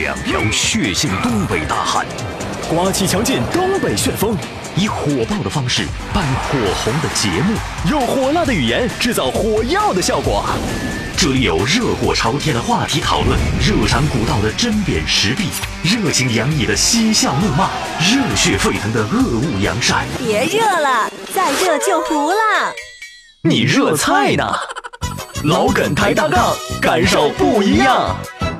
两条血性东北大汉， 刮起强劲东北旋风， 以火爆的方式办火红的节目， 用火辣的语言制造火药的效果。 这里有热火朝天的话题讨论，热肠古道的针砭时弊，热情洋溢的嬉笑怒骂，热血沸腾的恶恶扬善。 别热了，再热就糊了。 你热菜呢？老梗抬大杠，感受不一样。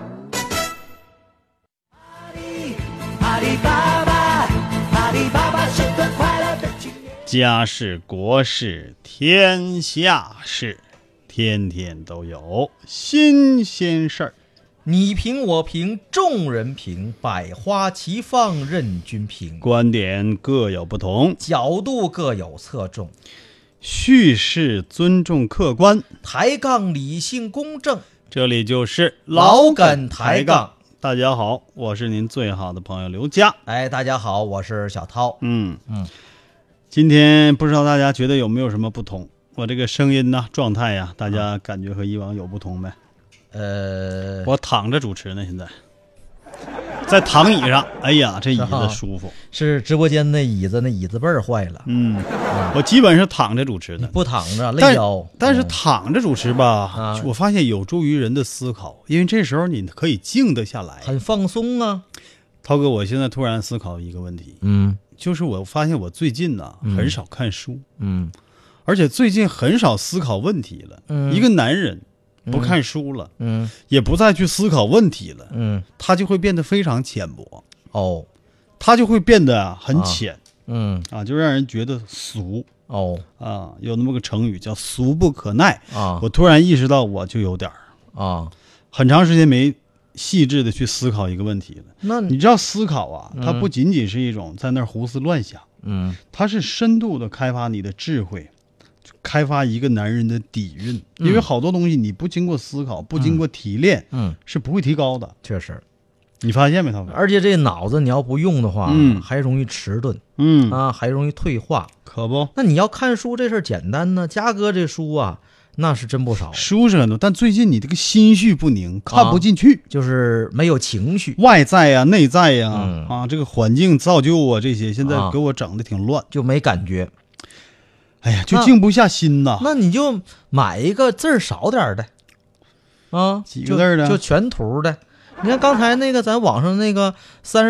家事国事天下事，天天都有新鲜事儿。 你评我评众人评，百花齐放任君评。 观点各有不同， 角度各有侧重， 叙事尊重客观， 抬杠理性公正。 这里就是老梗抬杠。 大家好，我是您最好的朋友刘佳。 大家好，我是小涛。 今天不知道大家觉得有没有什么不同？我这个声音呢，状态呀，大家感觉和以往有不同没？我躺着主持呢，现在在躺椅上，哎呀，这椅子舒服。 是直播间的椅子，那椅子背儿坏了。 我基本是躺着主持的， 不躺着累腰。 但是躺着主持吧，我发现有助于人的思考，因为这时候你可以静得下来， 很放松啊。 涛哥，我现在突然思考一个问题，就是我发现我最近呢很少看书，而且最近很少思考问题了。一个男人不看书了，也不再去思考问题了，他就会变得非常浅薄，他就会变得很浅，就让人觉得俗，有那么个成语叫俗不可耐我突然意识到我就有点很长时间没细致的去思考一个问题了。 那你知道思考啊，它不仅仅是一种在那儿胡思乱想，它是深度的开发你的智慧，开发一个男人的底蕴。因为好多东西你不经过思考，不经过提炼，是不会提高的。 确实， 你发现没，涛哥？ 而且这脑子你要不用的话，还容易迟钝，还容易退化， 可不？ 那你要看书这事儿简单呢，嘉哥这书啊，那是真不少。 书是很多，但最近你这个心绪不宁，看不进去， 就是没有情绪， 外在呀、内在呀，这个环境造就啊，这些现在给我整的挺乱， 就没感觉。 哎呀，就静不下心呐。 那你就买一个字儿少点的， 几个字的， 就全图的。你看刚才那个咱网上那个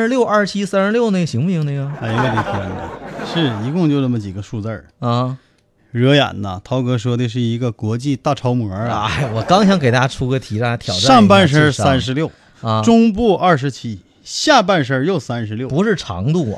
362736那个行不行？那个？ 哎呀我的天哪，是一共就这么几个数字儿惹眼呐！涛哥说的是一个国际大超模啊！ 我刚想给大家出个题，让大家挑战。 上半身36中部27，下半身又36， 不是长度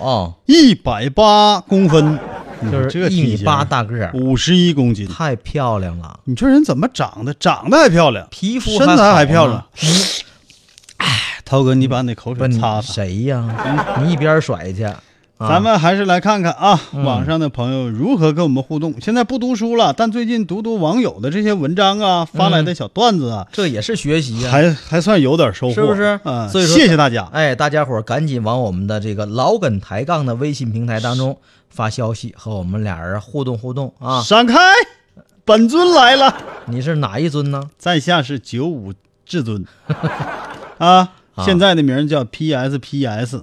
180公分， 就是1.8米大个儿 ，51公斤， 太漂亮了！ 你这人怎么长得还漂亮， 皮肤身材还漂亮？涛哥，你把你口水擦擦。 谁呀？你一边甩去。 咱们还是来看看网上的朋友如何跟我们互动。现在不读书了，但最近读网友的这些文章发来的小段子这也是学习还算有点收获， 是不是？所以说谢谢大家。 大家伙赶紧往我们的这个老梗抬杠的微信平台当中发消息，和我们俩人互动啊！ 闪开，本尊来了。 你是哪一尊呢？ 在下是95至尊现在的名叫 PSPS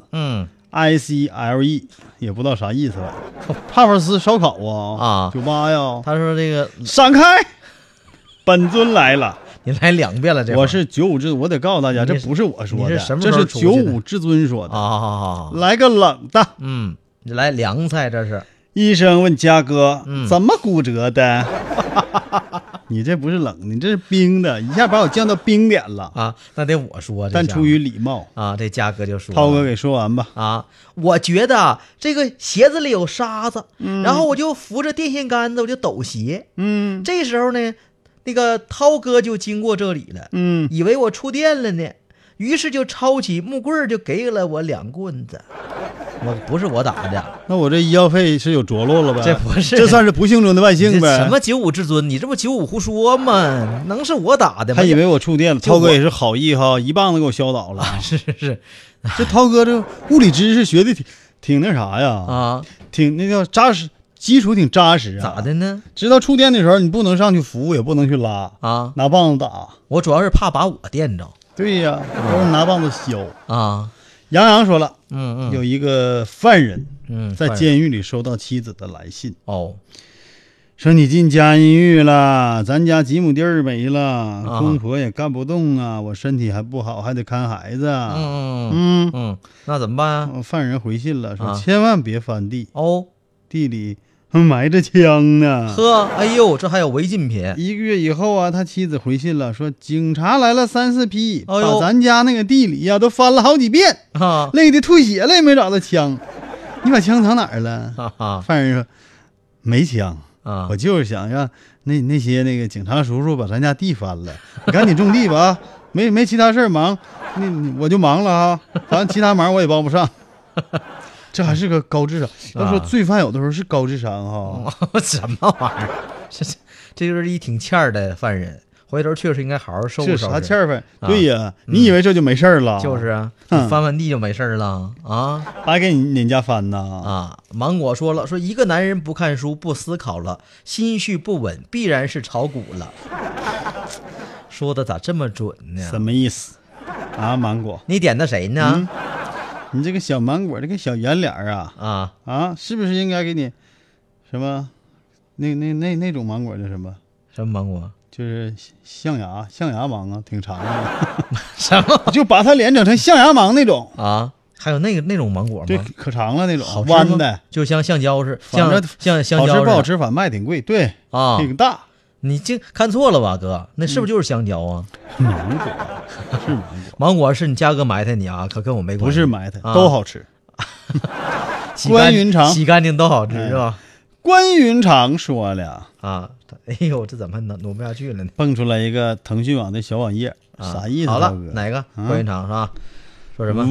ICLE， 也不知道啥意思吧？帕弗斯烧烤酒吧呀。 他说这个闪开，本尊来了。 你来2遍了，这我是95至尊，我得告诉大家，这不是我说的，这是95至尊说的来个冷的， 你来凉菜，这是。 医生问嘉哥，怎么骨折的？你这不是冷，你这是冰的，一下把我降到冰点了那得我说， 但出于礼貌这嘉哥就说， 涛哥给说完吧我觉得这个鞋子里有沙子，然后我就扶着电线杆子，我就抖鞋，这时候呢，那个涛哥就经过这里了，以为我触电了呢，于是就抄起木棍就给了我2棍子。不是我打的， 那我这医药费是有着落了呗？ 这不是， 这算是不幸中的万幸呗？ 什么95至尊？你这不95胡说吗？能是我打的吗？ 他以为我触电了，涛哥也是好意一棒子给我削倒了。 是， 这涛哥这物理知识学的挺那啥呀挺那叫扎实，基础挺扎实咋的呢？ 知道触电的时候，你不能上去扶，也不能去拉拿棒子打。 我主要是怕把我电着。 对呀，都是拿棒子削啊。 杨洋说了， 有一个犯人，在犯人监狱里收到妻子的来信， 哦， 说你进监狱了，咱家几亩地儿没了，公婆也干不动啊，我身体还不好，还得看孩子。 那怎么办啊？ 犯人回信了，说千万别翻地哦， 地里埋着枪呢。 呵，哎呦，这还有违禁品。 1个月以后啊，他妻子回信了，说警察来了3、4批， 把咱家那个地里呀都翻了好几遍，累得吐血了也没找到枪。你把枪藏哪儿了？犯人说没枪。我就是想让那些那个警察叔叔把咱家地翻了，你赶紧种地吧啊！没其他事儿忙，我就忙了啊，反正其他忙我也帮不上。这还是个高智商。要说罪犯有的时候是高智商哈。 什么玩意儿？这就是一挺欠儿的犯人，回头确实应该好好收拾收拾。 这啥欠儿犯？对呀，你以为这就没事儿了？ 就是啊，翻地就没事儿了啊？ 还给你家翻呢？ 芒果说了，说一个男人不看书不思考了，心绪不稳，必然是炒股了。说的咋这么准呢？ 什么意思啊？芒果， 你点的谁呢？ 你这个小芒果，这个小圆脸啊，是不是应该给你什么？那种芒果叫什么？ 什么芒果？ 就是象牙芒啊，挺长的。 什么？ 就把它脸整成象牙芒那种啊？还有那种芒果吗？ 对，可长了那种， 好弯的， 就像橡胶似的，像香蕉。好吃不好吃，反正卖挺贵。对啊， 挺大。 你这看错了吧，哥？那是不是就是香蕉啊？ 芒果是芒果， 芒果是你家哥埋汰你啊，可跟我没关系。 不是埋汰，都好吃。 关云长洗干净都好吃是吧？ 关云长说了啊，哎呦，这怎么挪不下去了呢？ 蹦出来一个腾讯网的小网页，啥意思？ 好了，哪个关云长是吧？说什么？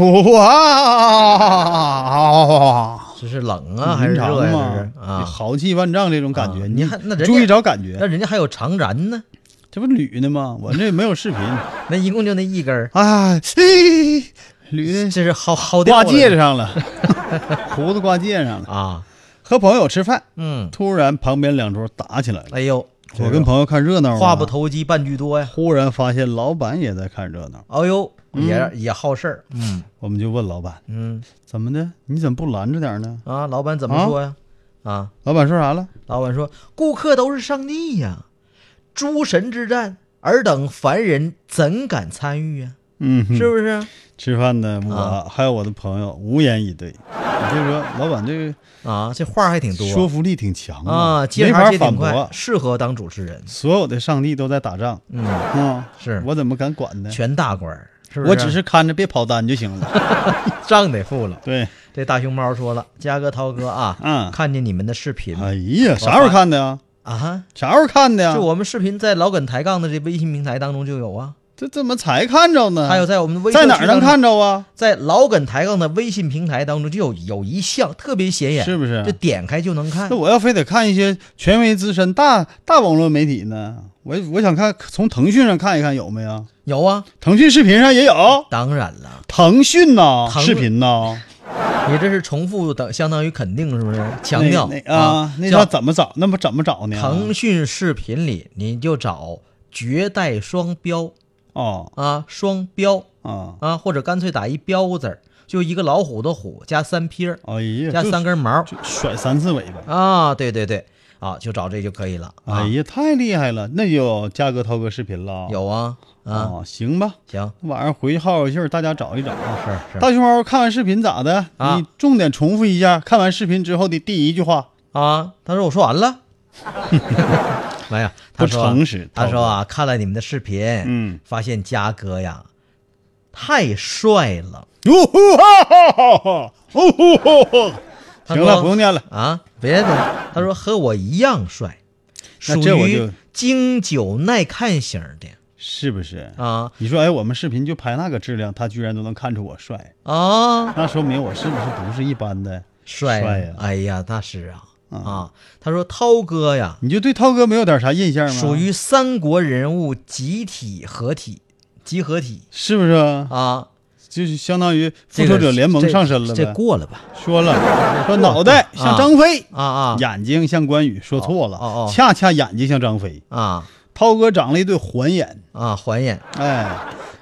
哇！ 这是冷啊还是热呀？这是啊， 豪气万丈这种感觉。 你还那注意找感觉。 那人家还有长髯呢， 这不捋的吗？我这没有视频。 那一共就那一根。 哎，捋的这是薅挂戒指上了，胡子挂戒上了啊。 和朋友吃饭， 突然旁边2桌打起来了。 哎呦！ 我跟朋友看热闹， 话不投机半句多呀。 忽然发现老板也在看热闹。 哎呦，也好事儿。 我们就问老板，怎么的？你怎么不拦着点呢？ 啊，老板怎么说呀？ 老板说啥了？ 老板说，顾客都是上帝呀，诸神之战，尔等凡人怎敢参与呀？是不是？ 吃饭的我还有我的朋友无言以对。所以说，老板这个这话还挺多， 说服力挺强啊， 没法反驳， 适合当主持人。 所有的上帝都在打仗， 是我怎么敢管呢？ 全大官，是不是？ 我只是看着别跑单就行了， 账得付了。 对， 这大熊猫说了，嘉哥、涛哥啊，看见你们的视频， 哎呀，啥时候看的呀？啥时候看的呀？ 就我们视频在老梗抬杠的这微信平台当中就有啊。 这怎么才看着呢？ 还有在我们的微在哪儿能看着啊？ 在老梗抬杠的微信平台当中就有一项特别显眼， 是不是？ 就点开就能看。 那我要非得看一些权威资深大网络媒体呢？我想看从腾讯上看一看有没有？ 有啊， 腾讯视频上也有。 当然了， 腾讯呐，视频呐。 你这是重复等，相当于肯定，是不是？强调那叫怎么找？那么怎么找呢？ 腾讯视频里你就找绝代双标。双标或者干脆打一标字，就一个老虎的虎加3撇，加3根毛， 甩3次尾巴啊！对对对，就找这就可以了。 哎呀，太厉害了！那就有嘉哥、涛哥视频了， 有啊行吧， 行， 晚上回去耗信，大家找一找。 是。 大熊猫看完视频咋的？你重点重复一下看完视频之后的第一句话啊！他说我说完了。没有， 不诚实。 他说看了你们的视频，发现嘉哥呀太帅了。 行了，不用念了别的。他说和我一样帅，属于经久耐看型的， 是不是你说我们视频就拍那个质量，他居然都能看出我帅那说明我是不是一般的帅呀？哎呀，那是他说涛哥呀， 你就对涛哥没有点啥印象吗？ 属于三国人物集合体， 是不是就是相当于复仇者联盟上身了呗？ 这过了吧？ 说脑袋像张飞眼睛像关羽，说错了恰恰眼睛像张飞涛哥长了一对环眼环眼，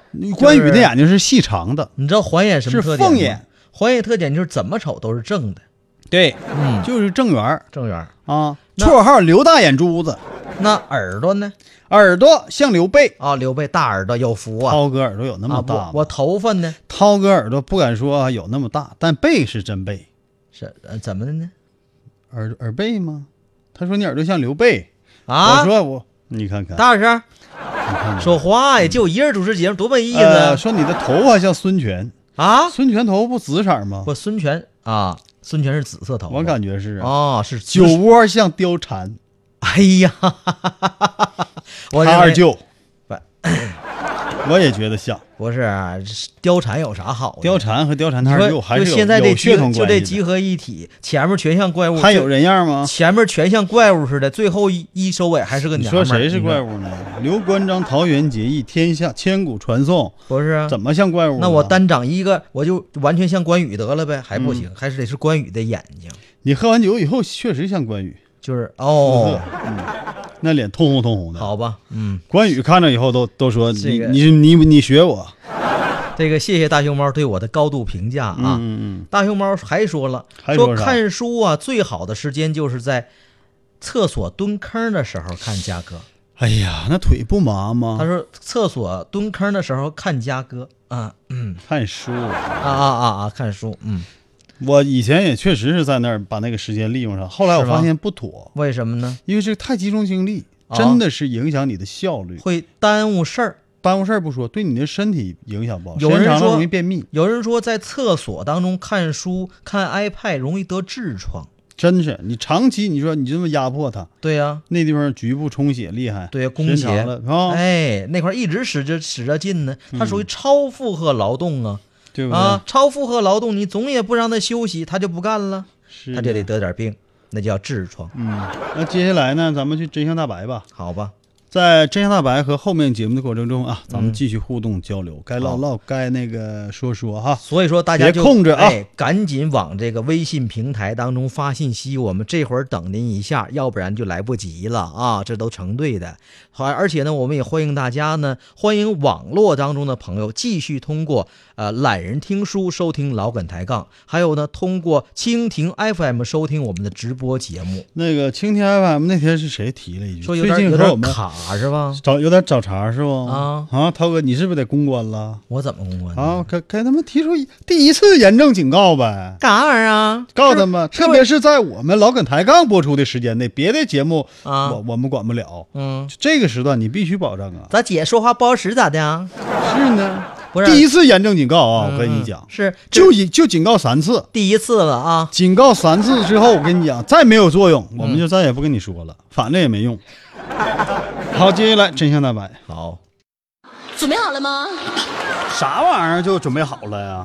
关羽的眼睛是细长的， 你知道环眼什么特点吗？ 是凤眼。 环眼特点就是怎么瞅都是正的。 对，就是正圆啊。绰号刘大眼珠子。 那耳朵呢？ 耳朵像刘备啊，刘备大耳朵有福啊。 涛哥耳朵有那么大吗？ 我头发呢？ 涛哥耳朵不敢说有那么大，但背是真背。 是怎么的呢？ 耳背吗？他说你耳朵像刘备啊。 我说你看看， 大声说话呀，就一人主持节目，多没意思。 说你的头发像孙权啊？ 孙权头不紫色吗？ 不，孙权啊，孙权是紫色头发， 我感觉是啊，是酒窝像貂蝉。 哎呀， 他二舅，我也觉得像。 不是貂蝉有啥好的？ 貂蝉和貂蝉他二舅还是就现在有血统关系的， 就这集合一体，前面全像怪物， 还有人样吗？ 前面全像怪物似的，最后一收尾还是个娘们。 你说谁是怪物呢？刘关张桃园结义，天下千古传颂， 不是怎么像怪物？ 那我单长一个，我就完全像关羽得了呗？还不行，还是得是关羽的眼睛。 你喝完酒以后确实像关羽， 就是那脸通红通红的。 好吧， 关羽看着以后都说你学我。 这个谢谢大熊猫对我的高度评价啊！大熊猫还说了，说看书啊，最好的时间就是在厕所蹲坑的时候看嘉哥。 哎呀，那腿不麻吗？ 他说厕所蹲坑的时候看嘉哥看书看书。 我以前也确实是在那儿把那个时间利用上，后来我发现不妥。 为什么呢？ 因为这太集中精力，真的是影响你的效率， 会耽误事儿。 耽误事儿不说，对你的身体影响不好，时间长了容易便秘。 有人说在厕所当中看书看 iPad 容易得痔疮， 真是你长期你说你这么压迫它， 对呀， 那地方局部充血厉害， 对呀，宫血了啊， 哎，那块一直使着劲呢，它属于超负荷劳动啊， 对不对？ 超负荷劳动你总也不让他休息，他就不干了，他就得得点病，那叫痔疮。 那接下来呢，咱们去真相大白吧。 好吧。 在真相大白和后面节目的过程中啊，咱们继续互动交流，该唠唠，该那个说哈。 所以说大家就别空着啊， 赶紧往这个微信平台当中发信息，我们这会儿等您一下，要不然就来不及了啊，这都成对的。而且呢，我们也欢迎大家呢，欢迎网络当中的朋友继续通过懒人听书收听老梗抬杠，还有呢，通过蜻蜓 FM 收听我们的直播节目。 那个蜻蜓 FM 那天是谁提了一句， 说有点卡是吧？ 有点找茬是不？涛哥，你是不是得公关了？ 我怎么公关啊？给他们提出第一次严正警告呗。 干啥玩意儿啊？ 告诉他们，特别是在我们老梗抬杠播出的时间内，别的节目我们管不了。这个时段你必须保证啊。 咱姐说话不好使咋的啊？ 是呢， 不是第一次严正警告啊！我跟你讲， 是就警告3次， 第一次了啊！ 警告3次之后，我跟你讲，再没有作用，我们就再也不跟你说了，反正也没用。好，接下来真相大白。 好， 准备好了吗？ 啥玩意儿就准备好了呀？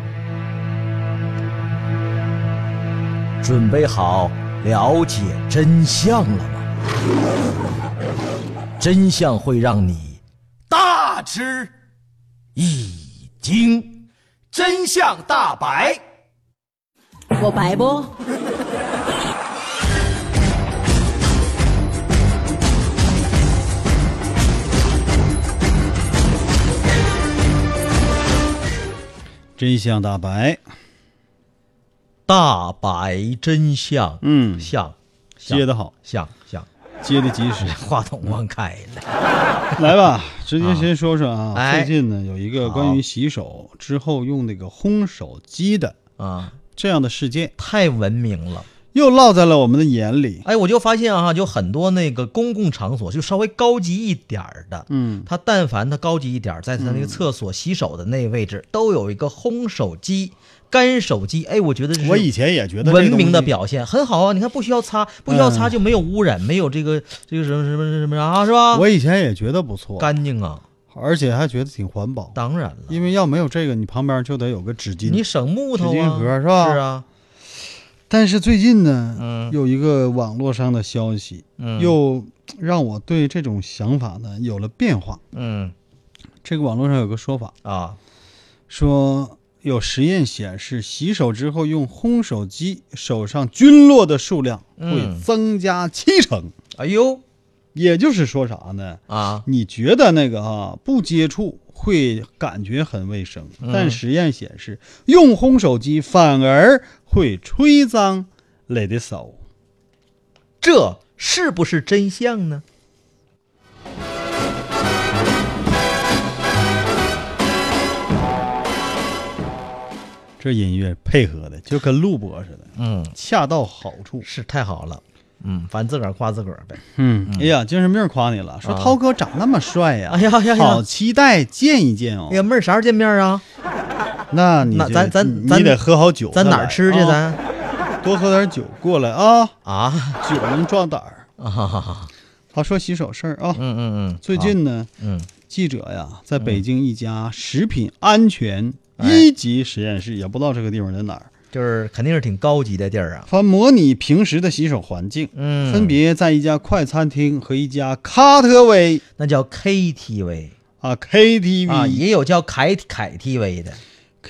准备好了解真相了吗？真相会让你大吃一惊，真相大白。 我白不？ 真相大白， 大白真相。像接得好， 像接得及时， 话筒忘开了。 来吧，直接先说说啊。 最近呢有一个关于洗手之后用那个烘手机的这样的事件， 太文明了， 又落在了我们的眼里。 我就发现就很多那个公共场所就稍微高级一点的，他但凡他高级一点，在他那个厕所洗手的那个位置，都有一个烘手机、干手机。我觉得我以前也觉得文明的表现很好啊。你看不需要擦，就没有污染，没有这个什么啥是吧？ 我以前也觉得不错， 干净啊， 而且还觉得挺环保。 当然了， 因为要没有这个，你旁边就得有个纸巾， 你省木头纸巾盒是吧？ 是啊。 但是最近呢，有一个网络上的消息，又让我对这种想法呢有了变化。这个网络上有个说法说有实验显示，洗手之后用烘手机，手上菌落的数量会增加70%。 也就是说啥呢？你觉得那个不接触会感觉很卫生，但实验显示用烘手机反而会吹脏你的手， 这是不是真相呢？ 这音乐配合的就跟录播似的，恰到好处， 是太好了。反正自个儿夸自个儿呗。 哎呀，精神病夸你了，说涛哥长那么帅呀， 哎呀， 好期待见一见哦。 哎呀，妹儿啥时候见面啊？ 那你得喝好酒， 咱哪儿吃去？咱多喝点酒过来啊！酒能壮胆儿啊。 他说洗手事儿啊。最近呢，记者呀在北京一家食品安全1级实验室，也不知道这个地方在哪儿。 就是肯定是挺高级的地儿啊。 它模拟平时的洗手环境，分别在一家快餐厅和一家卡特威， 那叫 KTV 啊 ，KTV 啊，也有叫凯 TV 的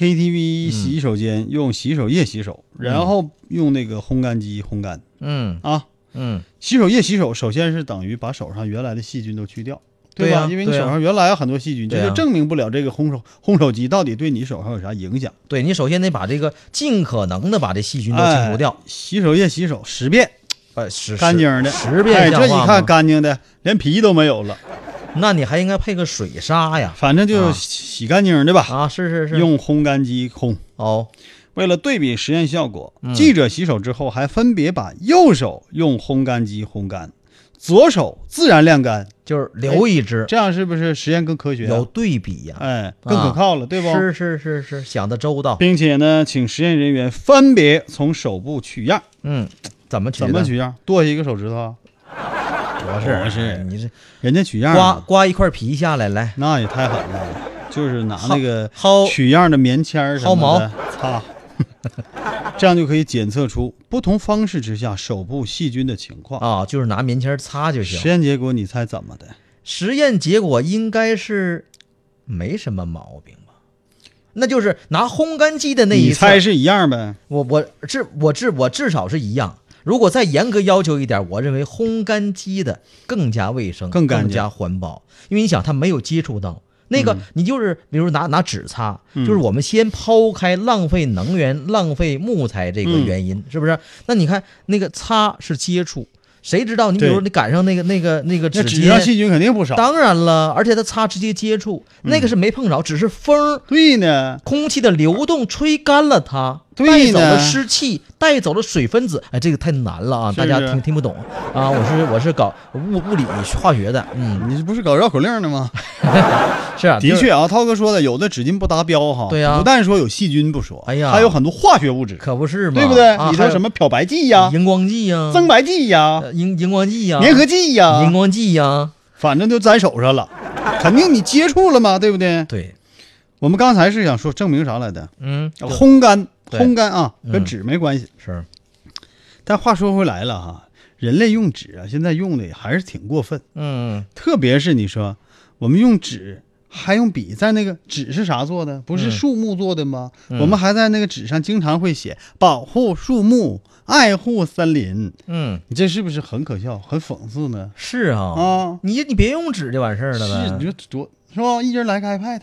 KTV 洗手间用洗手液洗手，然后用那个烘干机烘干。洗手液洗手，首先是等于把手上原来的细菌都去掉。对吧？因为你手上原来有很多细菌，这就证明不了这个烘手机到底对你手上有啥影响。 对，你首先得把这个尽可能的把这细菌都清除掉。 洗手液洗手10遍，干净的 10遍。 这一看干净的，连皮都没有了。 那你还应该配个水沙呀， 反正就洗干净的吧。 是， 用烘干机烘。为了对比实验效果，记者洗手之后还分别把右手用烘干机烘干，左手自然晾干， 就是留一只， 这样是不是实验更科学？ 有对比呀， 更可靠了，对不？ 是，想得周到。 并且呢，请实验人员分别从手部取样。 怎么取样？剁下一个手指头？ 不是，你这人家取样刮一块皮下来，来， 那也太狠了，就是拿那个取样的棉签什么的擦。这样就可以检测出不同方式之下手部细菌的情况就是拿棉签擦就行。 实验结果你猜怎么的？ 实验结果应该是没什么毛病吧？那就是拿烘干机的那一次， 你猜是一样呗？ 我至少是一样。如果再严格要求一点，我认为烘干机的更加卫生、更加环保，因为你想它没有接触到。那个你就是比如拿纸擦，就是我们先抛开浪费能源、浪费木材这个原因，是不是？那你看那个擦是接触，谁知道？你比如你赶上那个纸上细菌肯定不少。 当然了，而且它擦直接接触，那个是没碰着，只是风对呢， 空气的流动吹干了它，带走了湿气，带走了水分子。哎，这个太难了啊，大家听不懂啊。我是搞物理化学的， 你不是搞绕口令的吗？ 是啊， 的确啊，涛哥说的，有的纸巾不达标哈。 对呀， 不但说有细菌不说， 哎呀， 还有很多化学物质， 可不是嘛， 对不对？你说什么漂白剂呀、 荧光剂呀、 增白剂呀、 荧光剂呀、 粘合剂呀、 荧光剂呀， 反正就粘手上了，肯定你接触了嘛，对不对？ 对。 我们刚才是想说证明啥来的？烘干啊，跟纸没关系。 是。 但话说回来了哈，人类用纸啊，现在用的还是挺过分。特别是你说我们用纸。还用笔，在那个纸是啥做的？不是树木做的吗？我们还在那个纸上经常会写保护树木、爱护森林。 你这是不是很可笑、很讽刺呢？ 是啊，你别用纸就完事儿了呗。 是，你说多是吧？一人来个 iPad，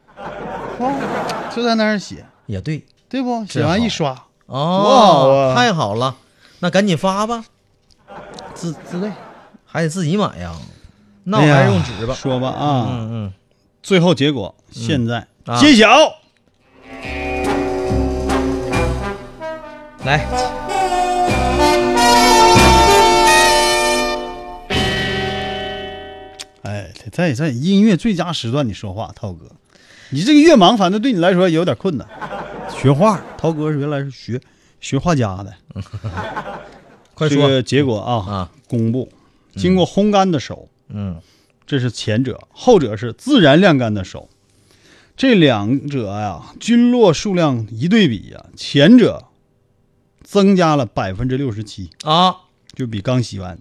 就在那儿写， 也对， 对不？写完一刷， 哇，太好了，那赶紧发吧， 自备， 还得自己买呀。那我还是用纸吧。 说吧啊，最后结果现在揭晓。 来， 哎，在音乐最佳时段你说话，涛哥，你这个越忙，反正对你来说也有点困难。学画，涛哥原来是学画家的。 快说， 这个结果公布，经过烘干的手，这是前者，后者是自然晾干的手。这两者呀，菌落数量一对比呀，前者增加了67%就比刚洗完。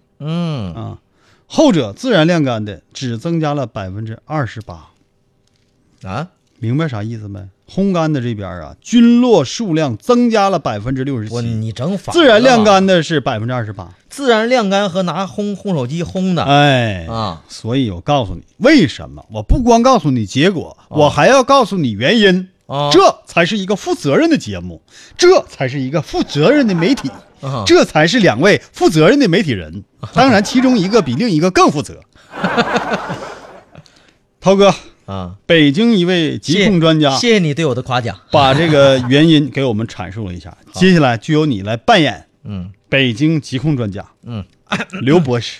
后者自然晾干的只增加了28%。 明白啥意思没？烘干的这边啊，菌落数量增加了67%， 你整反了。 自然晾干的是28%。 自然晾干和拿烘手机烘的， 所以我告诉你为什么，我不光告诉你结果，我还要告诉你原因。这才是一个负责任的节目，这才是一个负责任的媒体，这才是2位负责任的媒体人。当然，其中一个比另一个更负责。涛哥北京一位疾控专家， 谢谢你对我的夸奖， 把这个原因给我们阐述了一下。接下来就由你来扮演北京疾控专家刘博士。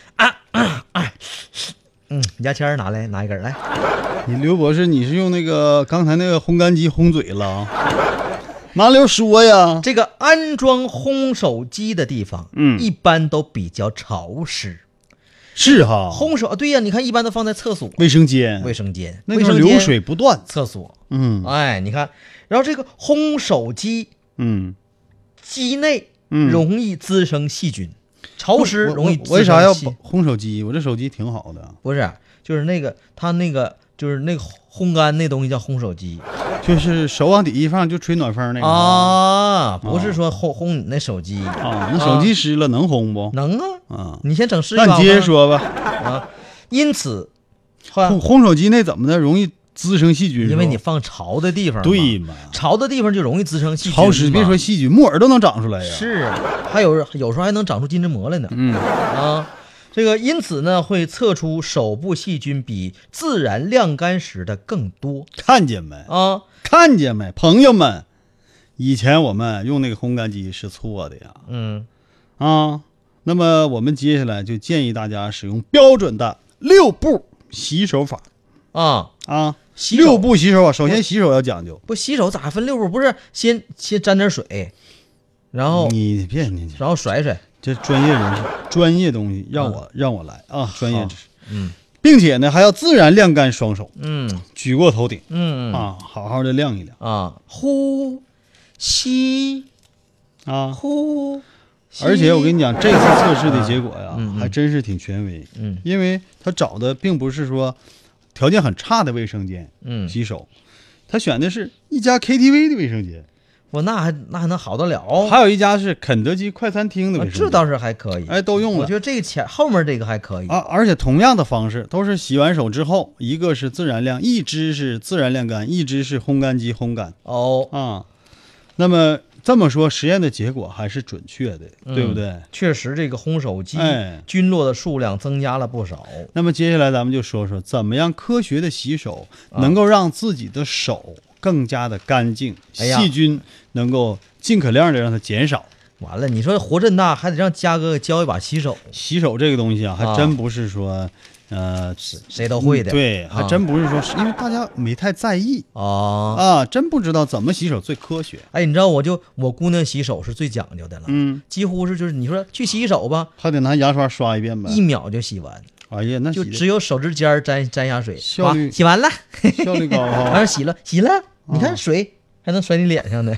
你家签拿一根来。 你刘博士，你是用那个刚才那个烘干机烘嘴了？麻溜说呀， 这个安装烘手机的地方，一般都比较潮湿。 是哈， 烘手对呀，你看一般都放在厕所、 卫生间，那个流水不断。 厕所，你看，然后这个烘手机，机内容易滋生细菌，潮湿容易滋生。 为啥要烘手机？我这手机挺好的。 不是，就是那个它那个就是那个烘干那东西叫烘手机， 就是手往底一放就吹暖风那个不是说烘你那手机你手机湿了能烘不？ 能你先整湿一把。 那你接着说吧。 因此烘手机那怎么的容易滋生细菌？ 因为你放潮的地方， 对嘛？ 潮的地方就容易滋生细菌。 潮湿别说细菌，木耳都能长出来呀。 是，还有时候还能长出金针蘑来呢。这个因此呢，会测出手部细菌比自然晾干时的更多。 看见没？看见没，朋友们？以前我们用那个烘干机是错的呀。那么我们接下来就建议大家使用标准的6步洗手法。6步洗手法，首先洗手要讲究。 不洗手咋分6步？不是先沾点水，然后你别然后甩甩。 这专业人士，专业东西让我来专业知识。并且呢还要自然晾干双手。举过头顶。好好的晾一晾。 呼吸。呼吸。 而且我跟你讲，这次测试的结果呀，还真是挺权威。因为他找的并不是说条件很差的卫生间洗手，他选的是一家 KTV 的卫生间。 那还能好得了？ 还有一家是肯德基快餐厅的卫生间， 这倒是还可以。 都用了。 我觉得这个后面这个还可以而且同样的方式都是洗完手之后，一个是自然晾，一只是自然晾干，一只是烘干机烘干。那么这么说，实验的结果还是准确的，对不对？ 确实，这个烘手机菌落的数量增加了不少。 那么接下来咱们就说说怎么样科学的洗手，能够让自己的手更加的干净，细菌能够尽可量的让它减少。 完了，你说活这么大，还得让嘉哥教一把洗手。 洗手这个东西还真不是说谁都会的。 对，还真不是说因为大家没太在意真不知道怎么洗手最科学。 你知道我姑娘洗手是最讲究的了。几乎是就是你说去洗手吧， 还得拿牙刷刷一遍呗 ，1秒就洗完。 哎呀，那就只有手指尖沾下水， 效率洗完了， 效率高完了洗了，你看水还能甩你脸上呢。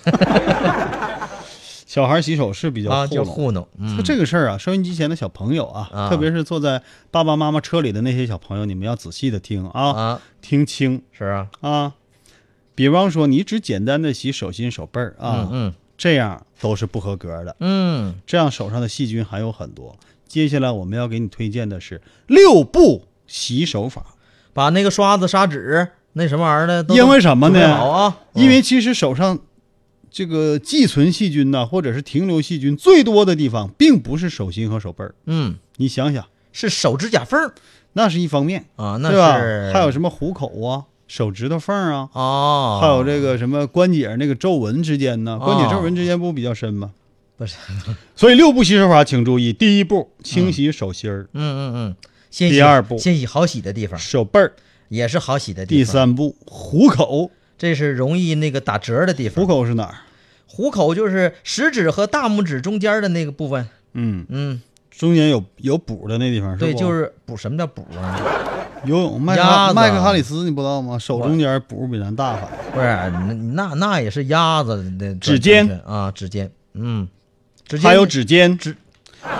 小孩洗手是比较糊弄。 这个事儿收音机前的小朋友特别是坐在爸爸妈妈车里的那些小朋友，你们要仔细的听听清。 是比方说你只简单的洗手心手背这样都是不合格的。这样手上的细菌还有很多。接下来我们要给你推荐的是6步洗手法， 把那个刷子、砂纸那什么玩意儿的， 因为什么呢？因为其实手上这个寄存细菌或者是停留细菌最多的地方，并不是手心和手背你想想， 是手指甲缝， 那是一方面那是吧？还有什么虎口手指头缝还有这个什么关节那个皱纹之间呢？关节皱纹之间不比较深吗？ 不是， 所以6步洗手法，请注意：第1步，清洗手心儿。第2步， 先洗好洗的地方， 手背儿也是好洗的地方。第3步，虎口， 这是容易那个打折的地方。 虎口是哪儿？ 虎口就是食指和大拇指中间的那个部分。 中间有补的那地方是吧？ 对，就是补。什么叫补啊？ 游泳麦克哈里斯你不知道吗？手中间补比咱大法。 不是，那也是鸭子的指尖指尖。 还有指尖。第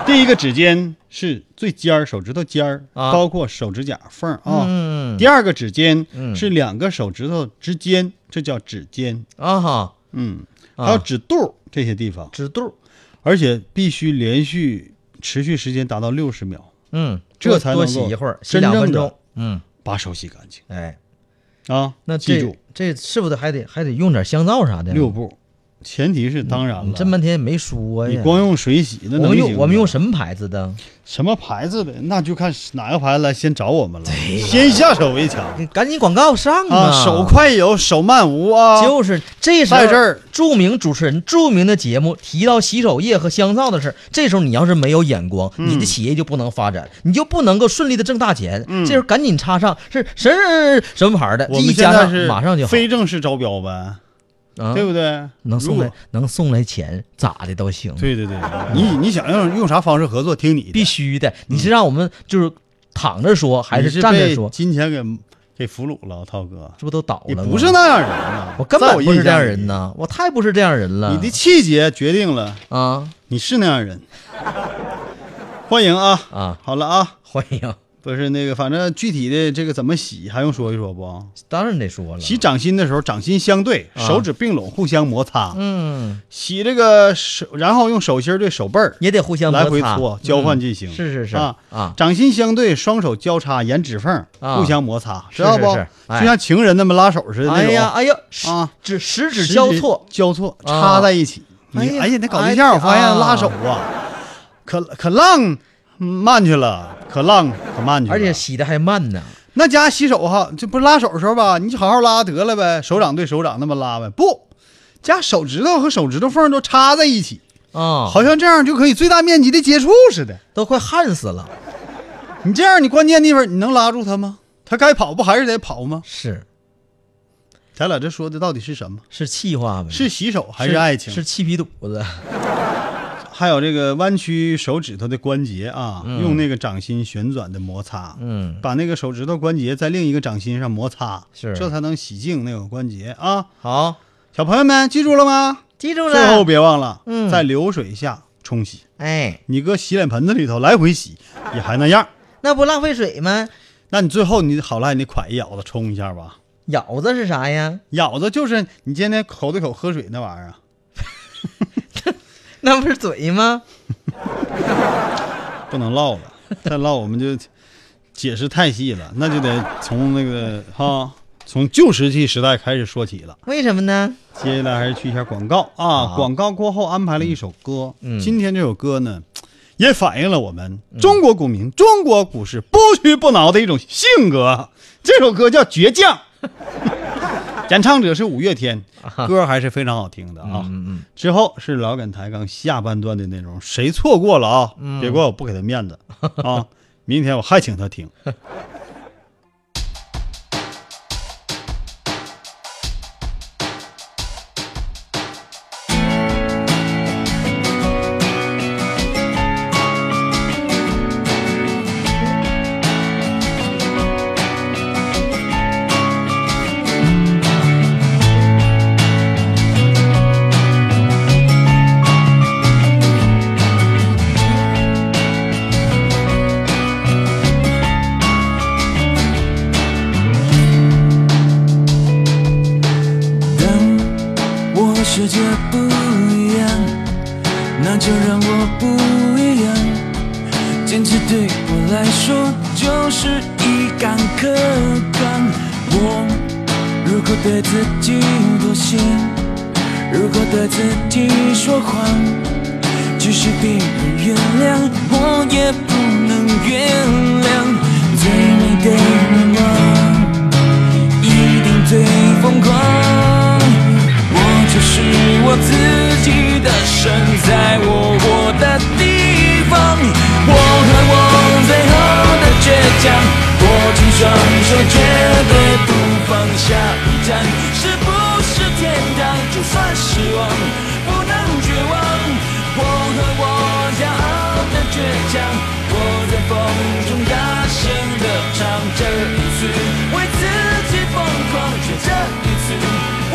第一个指尖是最尖儿，手指头尖儿，包括手指甲缝啊。第二个指尖是两个手指头之间，这叫指尖啊哈。 还有指肚这些地方， 指肚， 而且必须连续持续时间达到60秒。这才能够多洗一会儿，洗真 2分正钟的把手洗干净。 哎， 那记住， 这是不是还得用点香皂啥的 ？6步。前提是当然了， 你这半天没说呀。 你光用水洗那能行？ 我们用什么牌子的？ 什么牌子的？那就看哪个牌子来先找我们了。先下手为强， 赶紧广告上啊！手快有，手慢无啊！ 就是这时候， 在这儿， 著名主持人、著名的节目提到洗手液和香皂的事，这时候你要是没有眼光，你的企业就不能发展，你就不能够顺利的挣大钱。这时候赶紧插上是什么牌的， 我们一加上马上就好。 非正式招标呗。对不对？ 能送来钱，咋的都行。 对，你想用啥方式合作，听你的。 必须的。你是让我们就是躺着说，还是站着说？ 金钱给俘虏了，涛哥， 这不都倒了吗？ 你不是那样人啊！ 我根本不是这样人呐，我太不是这样人了。 你的气节决定了啊， 你是那样人。欢迎啊！ 好了啊， 欢迎。 不是那个，反正具体的这个怎么洗，还用说一说不？ 当然得说了。 洗掌心的时候，掌心相对，手指并拢，互相摩擦。洗这个手，然后用手心对手背也得互相摩擦， 来回搓，交换进行。 是掌心相对，双手交叉，沿指缝互相摩擦，知道不？ 就像情人那么拉手似的那种。 哎呀，十指交错， 插在一起。哎呀，那搞对象，我发现拉手可浪慢去了。可慢去了， 而且洗的还慢呢。 那家洗手这不是拉手的时候吧？你就好好拉得了呗，手掌对手掌那么拉呗。不，家手指头和手指头缝都插在一起好像这样就可以最大面积的接触似的， 都快焊死了。 你这样，你关键地方你能拉住他吗？他该跑不还是得跑吗？ 是。 咱俩这说的到底是什么？ 是气话呗？ 是洗手还是爱情？ 是气皮肚子。 还有这个弯曲手指头的关节用那个掌心旋转的摩擦，把那个手指头关节在另一个掌心上摩擦，这才能洗净那个关节啊。 好， 小朋友们记住了吗？ 记住了。 最后别忘了，在流水下冲洗。你搁洗脸盆子里头来回洗，也还那样， 那不浪费水吗？ 那你最后你好赖你㧟一舀子冲一下吧。 舀子是啥呀？ 舀子就是你今天口对口喝水那玩意儿。 那不是嘴吗？ 不能唠了，再唠我们就解释太细了，那就得从那个从旧石器时代开始说起了。 为什么呢？ 接下来还是去一下广告广告过后安排了一首歌。今天这首歌呢，也反映了我们中国公民、中国股市不屈不挠的一种性格。这首歌叫《倔强》。演唱者是5月天，歌还是非常好听的之后是老梗抬杠下半段的内容，谁错过了别怪我不给他面子明天我还请他听。 世界不一样，那就让我不一样。坚持对我来说就是一杆克刚。我如果对自己妥协，如果对自己说谎，即使别人原谅，我也不能原谅。最美的愿望，一定最疯狂。就是我自己的神，在我活的地方。我和我最后的倔强，握紧双手，绝对不放下一站。是不是天堂？就算失望，不能绝望。我和我骄傲的倔强，我在风中大声地唱，这一次为自己疯狂，却这一次。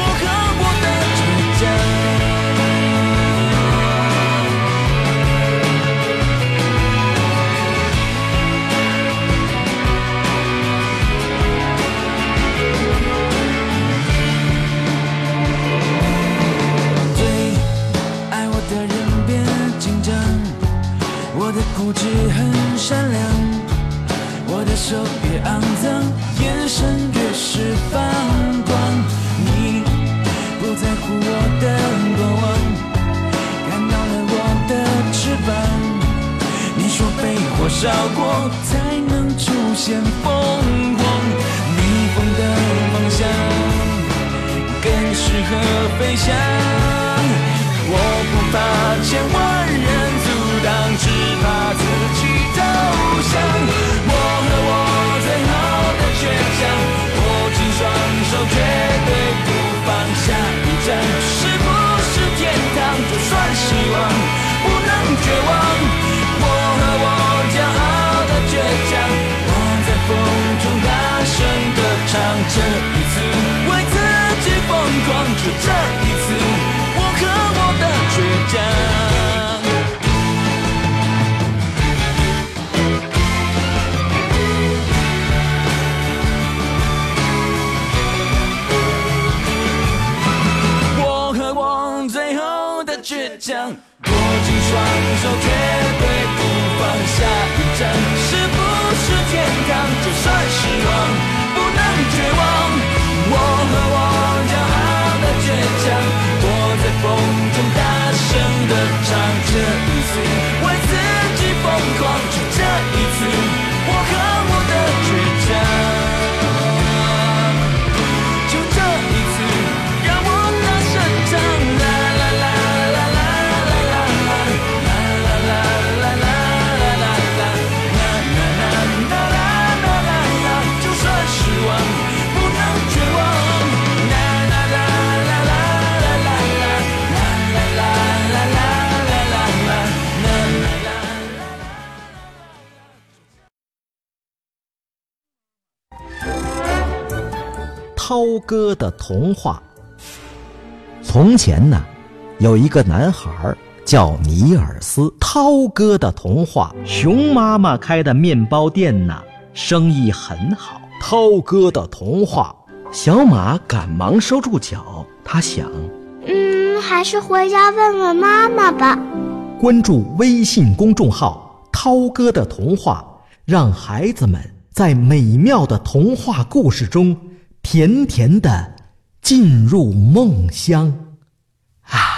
少过，才能出现疯狂。逆风的方向更适合飞翔。我不怕千万人阻挡，只怕自己投降。我和我最后的倔强，握紧双手绝对不放。下一站是不是天堂？就算失望，不能绝望。我和我骄傲的倔强，我在风中大声地唱。这一次为自己疯狂，就这一次我和我的倔强。倔强，握紧双手，绝对不放。下一站是不是天堂？就算失望，不能绝望。我和我骄傲的倔强，我在风中大声地唱。这一次为自己疯狂，就这一次，我和我的倔强。就这一次，让我大声唱。 涛哥的童话。从前呢，有一个男孩叫尼尔斯。涛哥的童话，熊妈妈开的面包店呢，生意很好。涛哥的童话，小马赶忙收住脚，他想， 还是回家问问妈妈吧。 关注微信公众号涛哥的童话，让孩子们在美妙的童话故事中甜甜地进入梦乡啊！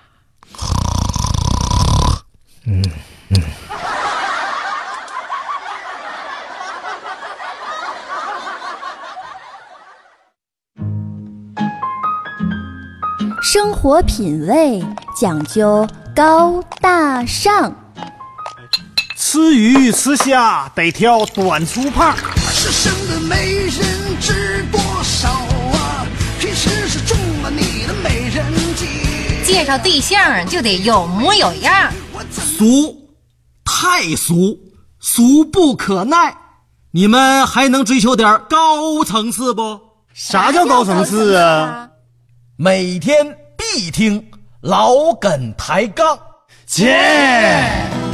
生活品味讲究高大上， 吃鱼吃虾得挑短粗胖。 是生的美人知多少啊？平时是中了你的美人计。 介绍对象就得有模有样。 俗，太俗，俗不可耐。你们还能追求点高层次不？ 啥叫高层次啊？ 每天必听老梗抬杠。 切！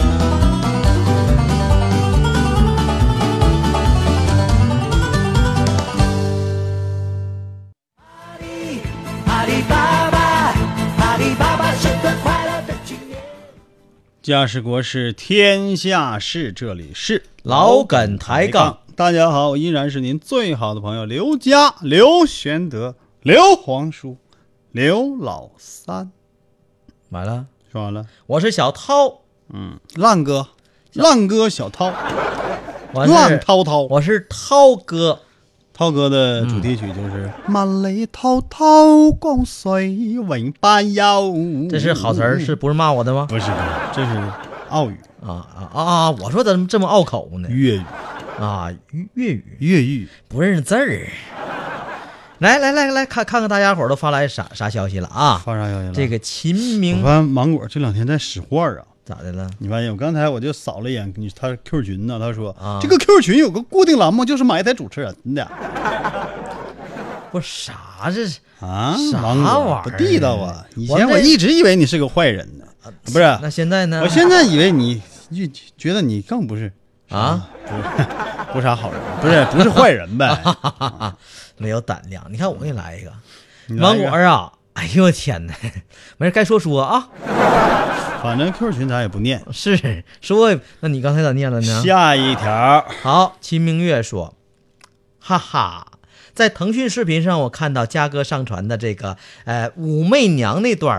家事国事天下事，这里是老梗抬杠。 大家好，我依然是您最好的朋友刘佳、刘玄德、刘皇叔、刘老三。 完了， 说完了。 我是小涛， 烂哥，烂哥小涛， 烂涛涛， 我是涛哥。 涛哥的主题曲就是万里滔滔江水永不休。 这是好词儿，是不是骂我的吗？ 不是，这是澳语啊！我说怎么这么拗口呢？ 粤语啊，粤语不认识字儿。来，看看大家伙都发来啥消息了啊？ 发啥消息了？ 这个秦明， 我发现芒果这两天在使坏啊。 咋的了？ 你发现我刚才我就扫了一眼他 Q 群呢，他说、这个 Q 群有个固定栏目，就是买一台主持人的。 不啥这是啊？ 啥玩意儿？ 不地道啊！以前我一直以为你是个坏人呢，不是？ 那现在呢？ 我现在以为你觉得你更不是啊， 不是啥好人，不是坏人呗？ 没有胆量。你看我给你来一个芒果啊！哎呦我天哪！没事该说啊。 反正 Q 群咱也不念， 是说，那你刚才咋念了呢？ 下一条， 好，秦明月说，哈哈，在腾讯视频上我看到嘉哥上传的这个武媚娘那段了，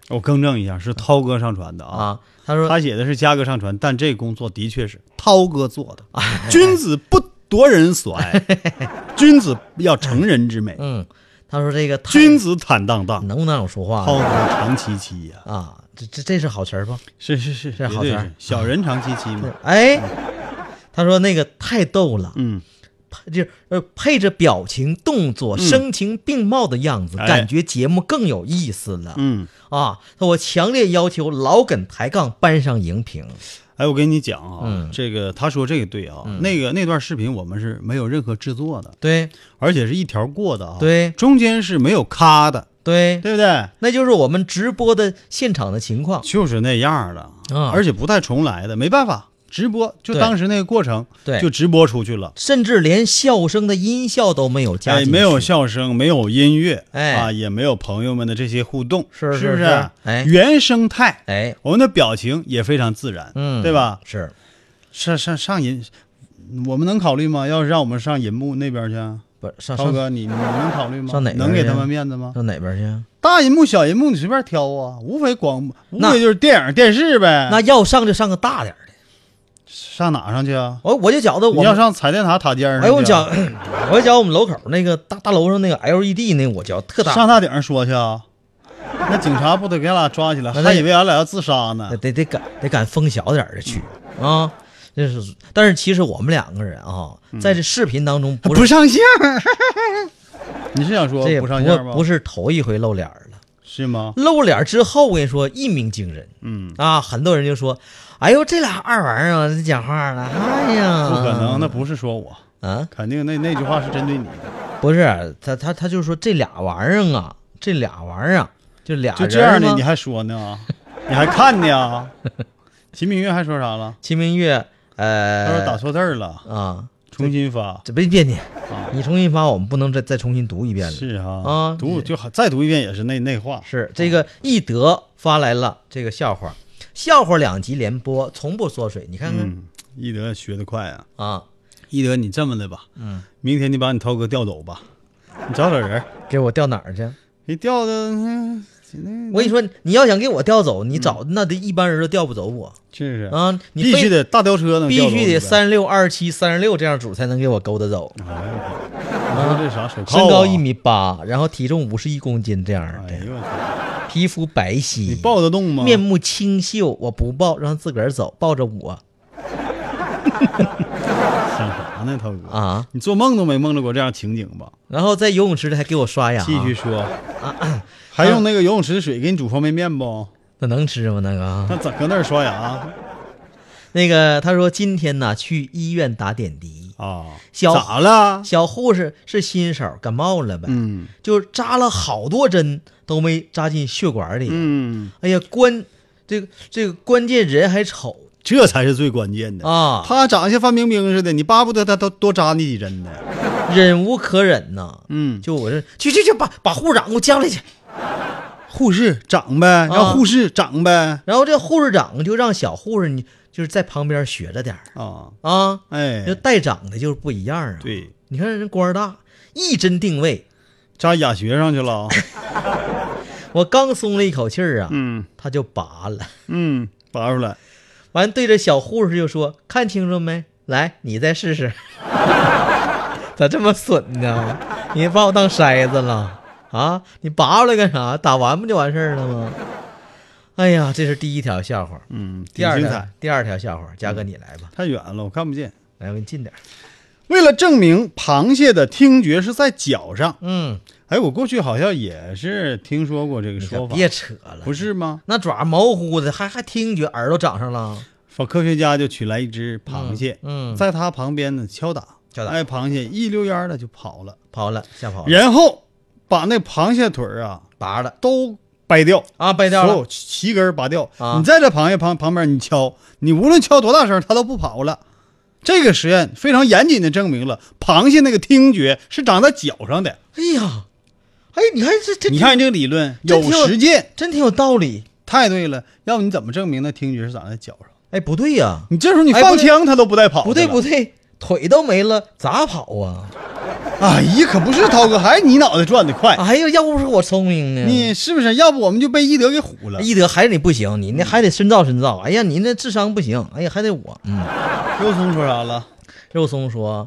我更正一下，是涛哥上传的啊。 他说他写的是嘉哥上传，但这工作的确是涛哥做的。君子不夺人所爱，君子要成人之美。 他说这个君子坦荡荡， 能不能让我说话？ 涛哥长戚戚呀！ 啊，这是好词儿不？ 是好词儿。 小人长戚戚嘛。 哎，他说那个太逗了，配着表情、动作、声情并茂的样子，感觉节目更有意思了。我强烈要求老梗抬杠搬上荧屏。 哎，我跟你讲啊，这个他说这个对啊，那段视频我们是没有任何制作的， 对， 而且是一条过的啊， 对， 中间是没有咔的， 对不对？ 那就是我们直播的现场的情况， 就是那样的，而且不带重来的，没办法。直播就当时那个过程，就直播出去了， 甚至连笑声的音效都没有加进去， 没有笑声，没有音乐，也没有朋友们的这些互动， 是不是？原生态，我们的表情也非常自然，对吧？上银，我们能考虑吗？要是让我们上银幕那边去， 不上涛哥，你能考虑吗？ 上哪？ 能给他们面子吗？ 上哪边去？ 大银幕、小银幕你随便挑啊，无非就是电影、电视呗。 那要上就上个大点的。 上哪上去啊？ 我就觉得你要上彩电塔塔尖上。 哎，我讲我们楼口那个大楼上那个 LED 那我叫特大。 上大顶上说去啊？那警察不得给俺俩抓起来？还以为俺俩要自杀呢。 得赶风小点的去啊！但是其实我们两个人啊，在这视频当中不上相。你是想说不上相吗？ 不是头一回露脸了， 是吗？ 露脸之后，我跟你说一鸣惊人。很多人就说。哎呦，这俩二玩意儿这讲话了，哎呀， 不可能，那不是说我啊，肯定那句话是针对你的。 不是，他就说这俩玩意儿啊，就俩人就这样的，你还说呢？你还看呢？秦明月还说啥了？ 秦明月， 他说打错字了啊， 重新发。 这别你，你重新发，我们不能再重新读一遍了。 是啊，再读一遍也是那话。 是这个易德发来了这个笑话2集连播，从不缩水。你看看， 易德学得快啊！易德，你这么的吧，明天你把你涛哥调走吧，你找人给我调哪儿去？ 你调的， 我跟你说，你要想给我调走，你找那得一般人都调不走我。 是啊，你必须得大吊车能调走， 必须得36、27、36这样主才能给我勾得走。 这啥手铐？ 身高1.8米，然后体重51公斤这样的。 哎呦我操！ 皮肤白皙， 你抱得动吗？ 面目清秀，我不抱，让自个儿走，抱着我。 想啥呢，涛哥啊？ 你做梦都没梦着过这样情景吧？ 然后在游泳池里还给我刷牙。 继续说还用那个游泳池的水给你煮方便面不？ 那能吃吗？那个？ 那咋搁那儿刷牙？ 那个他说今天呢去医院打点滴啊，咋了？ 小护士是新手，感冒了呗，就扎了好多针都没扎进血管里。哎呀，这个关键人还丑， 这才是最关键的啊！他长得像范冰冰似的，你巴不得他多扎你几针呢？ 忍无可忍呐！就我这去把护士长给我叫来去。 护士长呗，让护士长呗。 然后这护士长就让小护士你就是在旁边学着点哎， 就带长的就是不一样啊。 对， 你看人官大，一针定位， 扎哑穴上去了。 我刚松了一口气儿啊，他就拔了， 拔出来， 完对着小护士就说：“看清楚没？来，你再试试。”咋这么损呢？你把我当筛子了啊？你拔出来干啥？打完不就完事儿了吗？哎呀，这是第一条笑话。第二条笑话，嘉哥你来吧。 太远了，我看不见。 来，我给你近点。 为了证明螃蟹的听觉是在脚上，我过去好像也是听说过这个说法。 别扯了， 不是吗？ 那爪模糊的，还听觉，耳朵长上了。 科学家就取来一只螃蟹，在它旁边呢敲打，螃蟹一溜烟的就跑了， 吓跑了。 然后把那螃蟹腿啊拔了， 都掰掉啊，掰掉了， 所有鳍根拔掉。你在这螃蟹旁边你敲，你无论敲多大声，它都不跑了。这个实验非常严谨的证明了螃蟹那个听觉是长在脚上的。 哎呀，你看你看这个理论有实践， 真挺有道理。 太对了，要不你怎么证明那听觉是长在脚上？ 不对呀， 你这时候你放枪它都不带跑的。 不对，腿都没了咋跑啊？ 哎呀，可不是涛哥，还是你脑袋转得快。 哎呦，要不是我聪明呢， 你是不是？要不我们就被一德给唬了。 一德还是你不行，你那还得深造深造。哎呀，你那智商不行，哎呀，还得我。 肉松说啥了？ 肉松说，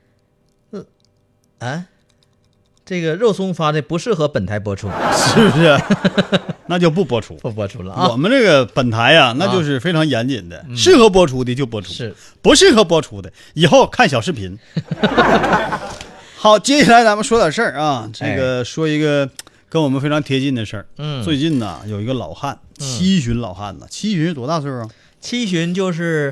这个肉松发的不适合本台播出， 是不是？那就不播出， 不播出了啊。 我们这个本台呀，那就是非常严谨的，适合播出的就播出， 是不适合播出的以后看小视频。好，接下来咱们说点事儿啊，这个说一个跟我们非常贴近的事儿。最近呢有一个老汉，七旬老汉呢，七旬是多大岁数啊？ 七旬就是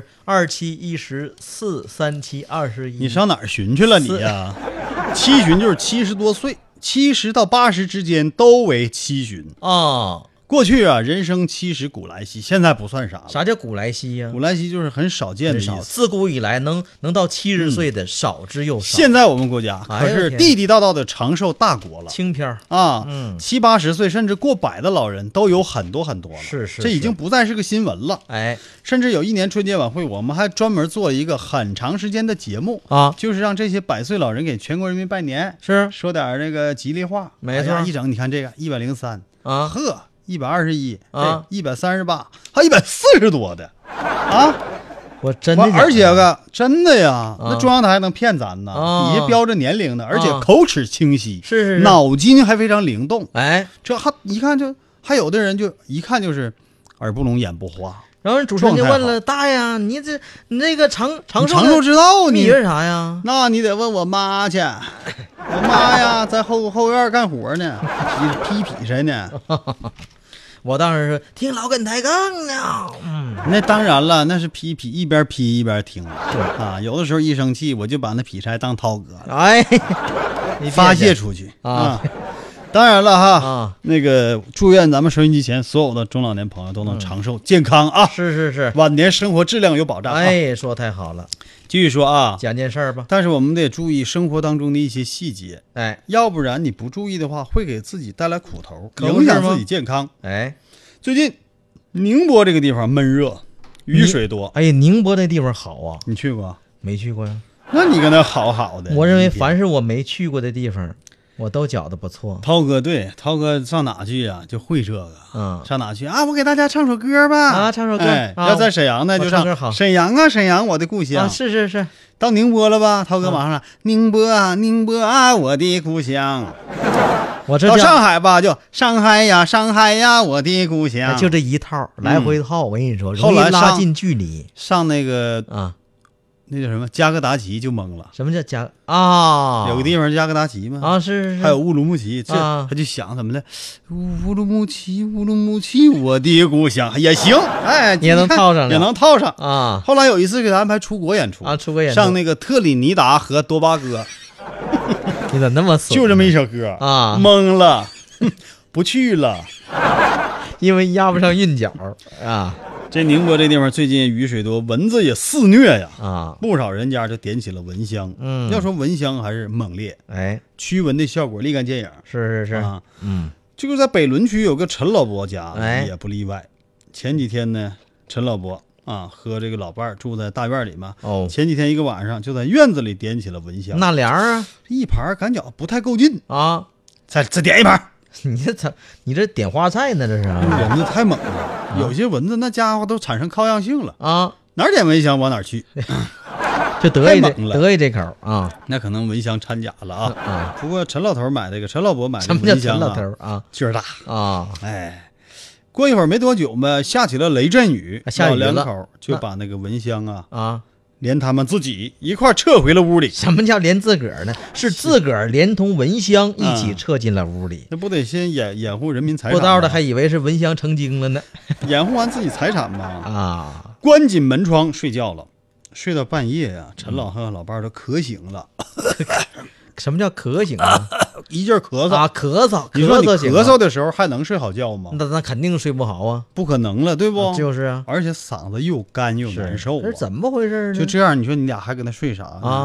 27、14、37、21。 你上哪儿寻去了你呀？七旬就是70多岁，70到80之间都为七旬啊。 过去啊，人生70古来稀，现在不算啥了。 啥叫古来稀呀？ 古来稀就是很少见的意思。 自古以来能到70岁的少之又少。 现在我们国家可是地地道道的长寿大国了， 轻飘啊，70、80岁甚至过100的老人都有很多很多了。 是， 这已经不再是个新闻了。甚至有一年春节晚会，我们还专门做了一个很长时间的节目啊，就是让这些100岁老人给全国人民拜年， 是说点那个吉利话。 没错， 一整你看这个103 啊， 呵。121 啊 ，138，还140多的啊！ 我真的， 而且个真的呀，那中央台能骗咱呢？底下标着年龄的，而且口齿清晰， 是， 脑筋还非常灵动。 哎， 这还一看就，还有的人就一看就是耳不聋眼不花。 然后主持人就问了：“大爷，你那个长寿之道， 你是啥呀？ 那你得问我妈去。我妈呀，在后院干活呢，劈柴呢。” 我当时是听老梗抬杠呢， 那当然了，那是一边劈一边听啊。有的时候一生气，我就把那劈柴当涛哥了， 哎， 发泄出去啊。当然了哈，那个祝愿咱们收音机前所有的中老年朋友都能长寿健康啊！ 是， 晚年生活质量有保障。 哎，说太好了。 继续说啊， 讲件事儿吧。 但是我们得注意生活当中的一些细节，要不然你不注意的话，会给自己带来苦头，影响自己健康。最近宁波这个地方闷热，雨水多。 哎呀，宁波那地方好啊， 你去过？ 没去过呀。 那你跟那好的。 我认为凡是我没去过的地方，我都觉得不错。 涛哥上哪去呀？就会这个。上哪去啊？我给大家唱首歌吧。 啊，唱首歌。 要在沈阳呢，就唱沈阳啊，沈阳，我的故乡。 是。 到宁波了吧？涛哥马上说宁波啊，我的故乡。到上海吧，就上海呀，我的故乡。 就这一套来回套，我跟你说， 后来拉近距离。 上那个那叫什么加格达奇就懵了。 什么叫啊？ 有个地方加格达奇吗？ 啊，是。 还有乌鲁木齐，这他就想怎么的？乌鲁木齐，我的故乡也行。哎， 也能套上， 也能套上啊。 后来有一次给他安排出国演出啊， 上那个特立尼达和多巴哥。 你咋那么损？ 就这么一首歌啊， 懵了，不去了， 因为压不上韵脚啊。 这宁波这地方最近雨水多，蚊子也肆虐呀啊！ 不少人家就点起了蚊香。要说蚊香还是猛烈，驱蚊的效果立竿见影。 是啊，这个在北仑区有个陈老伯家也不例外。前几天呢，陈老伯和这个老伴儿住在大院里嘛。前几天一个晚上就在院子里点起了蚊香。 哪凉啊？ 一盘感觉不太够劲啊， 再点一盘。 你这点花菜呢？这是蚊子太猛了，有些蚊子那家伙都产生抗药性了啊！ 哪儿点蚊香往哪儿去， 就得意这口啊！ 那可能蚊香掺假了啊！不过陈老伯买的蚊香什么叫陈老头啊？ 劲儿大啊！ 哎，过一会儿没多久嘛，下起了雷阵雨， 下雨了， 两口就把那个蚊香连他们自己一块撤回了屋里。 什么叫连自个儿呢？是自个儿连同蚊香一起撤进了屋里。 那不得先掩护人民财产？ 不知道的还以为是蚊香成精了呢。 掩护完自己财产嘛。关紧门窗睡觉了，睡到半夜呀，陈老和老伴都渴醒了。 什么叫渴醒啊？ 一劲咳嗽啊，咳嗽。 你说你咳嗽的时候还能睡好觉吗？ 那肯定睡不好啊， 不可能了，对不？ 就是啊， 而且嗓子又干又难受。 这是怎么回事呢？ 就这样，你说你俩还搁那睡啥啊？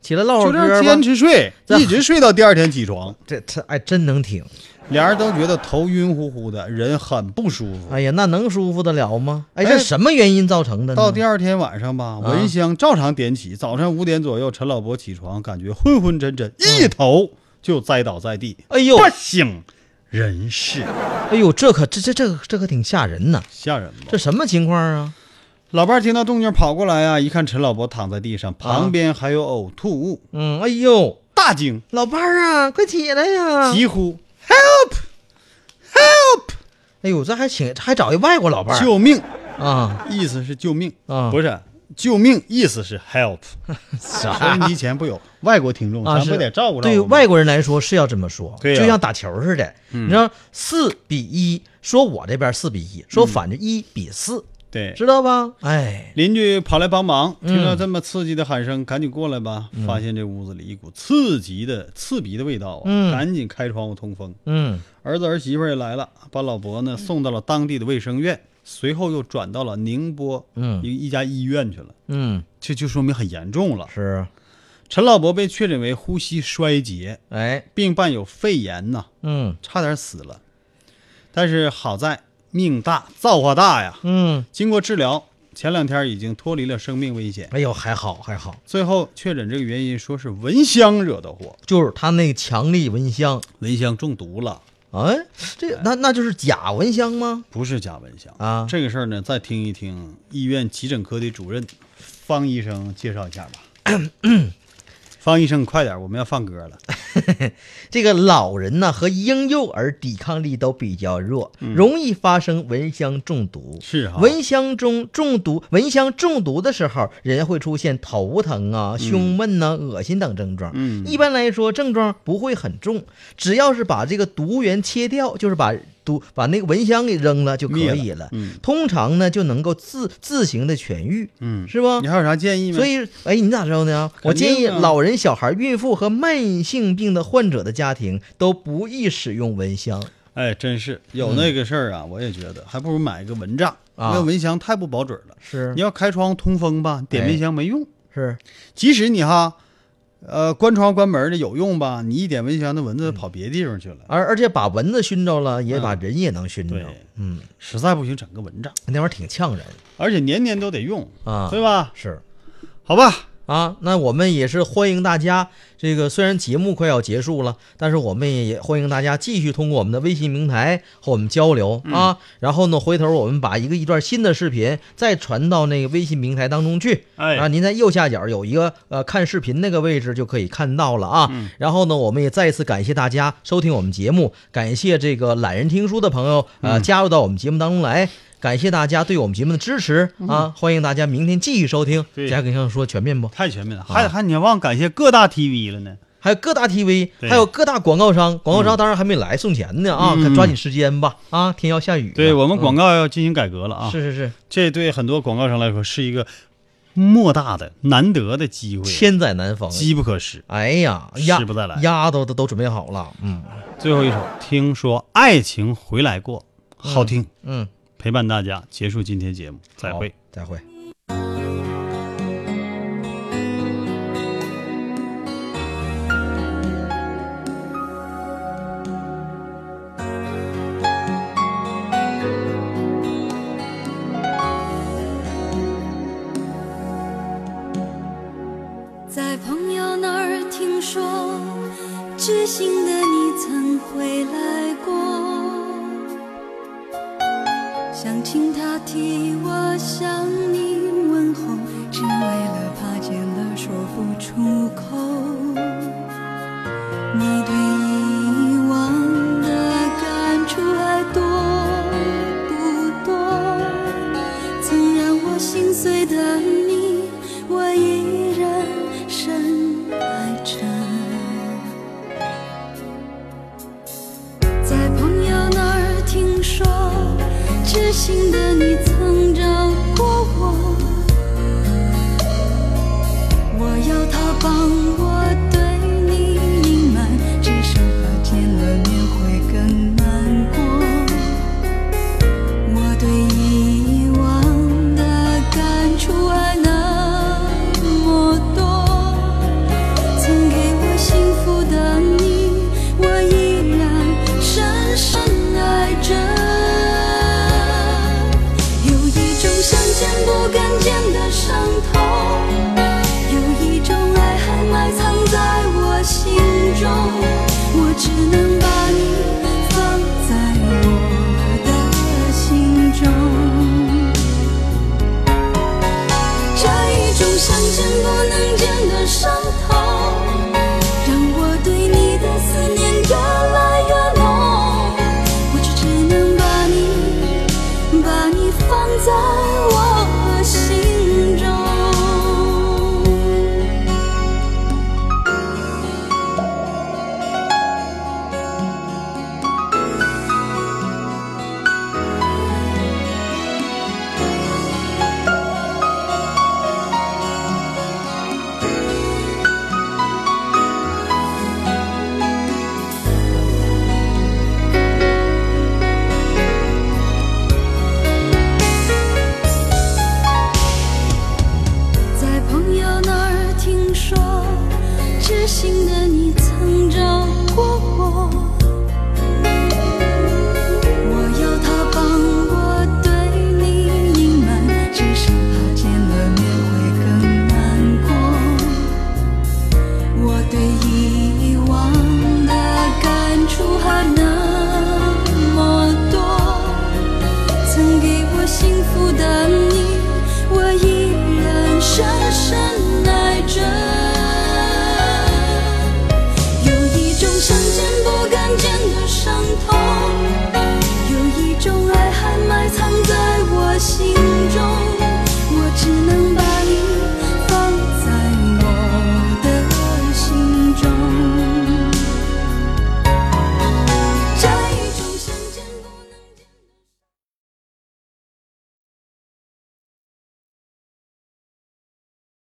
起来唠会儿就歌吧， 这坚持睡，一直睡到第二天起床。 这哎真能挺， 俩人都觉得头晕乎乎的，人很不舒服。 哎呀，那能舒服得了吗？哎，这什么原因造成的呢？ 到第二天晚上吧，蚊香照常点起。早上5点左右，陈老伯起床，感觉昏昏沉沉，一头就栽倒在地， 哎呦， 不省人事。 哎呦，这可挺吓人呐！ 吓人吧？ 这什么情况啊？ 老伴儿听到动静跑过来啊，一看陈老伯躺在地上，旁边还有呕吐物。 哎呦， 大惊！ 老伴儿啊，快起来呀！ 急呼 help help！ 哎呦，这还找一外国老伴儿， 救命啊！ 意思是救命啊， 不是救命，意思是 help。收音机前不有外国听众，咱不得照顾照顾？ 对外国人来说是要这么说， 对， 就像打球似的。你知道4-1，说我这边4-1，说反正1-4。 对， 知道吧？哎， 邻居跑来帮忙，听到这么刺激的喊声，赶紧过来吧。发现这屋子里一股刺鼻的味道啊！赶紧开窗户通风。儿子儿媳妇也来了，把老伯呢送到了当地的卫生院，随后又转到了宁波一家医院去了。这就说明很严重了。 是， 陈老伯被确诊为呼吸衰竭，并伴有肺炎呐。差点死了，但是好在命大，造化大呀！经过治疗，前2天已经脱离了生命危险。 哎呦，还好。 最后确诊这个原因，说是蚊香惹的祸， 就是他那个强力蚊香中毒了。 哎，这那就是假蚊香吗？ 不是假蚊香啊！ 这个事儿呢，再听一听医院急诊科的主任方医生介绍一下吧。方医生，快点，我们要放歌了。 这个老人呢和婴幼儿抵抗力都比较弱，容易发生蚊香中毒。 是啊， 蚊香中中毒的时候，人会出现头疼啊、胸闷呐、恶心等症状。一般来说，症状不会很重，只要是把这个毒源切掉，就是把那个蚊香给扔了就可以了。通常呢就能够自行的痊愈。是吧？ 你还有啥建议吗？ 所以，哎，你咋知道呢？我建议老人、小孩、孕妇和慢性病的患者的家庭都不宜使用蚊香。 哎，真是有那个事儿啊！我也觉得还不如买一个蚊帐，因为蚊香太不保准了。 是， 你要开窗通风吧，点蚊香没用。 是， 即使你关窗关门的有用吧，你一点蚊香，那蚊子跑别地方去了。 而且把蚊子熏着了，也把人也能熏着。 实在不行整个蚊帐， 那玩意儿挺呛人， 而且年年都得用啊， 对吧？ 是， 好吧。 那我们也是欢迎大家，这个虽然节目快要结束了，但是我们也欢迎大家继续通过我们的微信平台和我们交流啊。然后呢，回头我们把一段新的视频再传到那个微信平台当中去。然后您在右下角有一个看视频那个位置就可以看到了啊。然后呢，我们也再一次感谢大家收听我们节目，感谢这个懒人听书的朋友加入到我们节目当中来。感谢大家对我们节目的支持啊！欢迎大家明天继续收听。贾耿先生说全面不？ 太全面了，还你忘感谢各大 TV 了呢， 还有各大 TV， 还有各大广告商，当然还没来送钱呢啊！抓紧时间吧啊！天要下雨， 对我们广告要进行改革了啊！ 是， 这对很多广告商来说是一个莫大的难得的机会， 千载难逢， 机不可失。 哎呀， 时不再来， 鸭都准备好了。 最后一首，听说爱情回来过，好听。陪伴大家结束今天节目，再会。 在朋友那儿听说，知心的你曾回来过。想请他替我向你问候，只为了怕见了说不出口。你对以往的感触还多不多？曾让我心碎的你，我依然深爱着。在朋友那儿听说，知心的你曾找过我，我要他帮我对你隐瞒，只剩怕见了面会更难过。我对以往的感触还那么多， 在。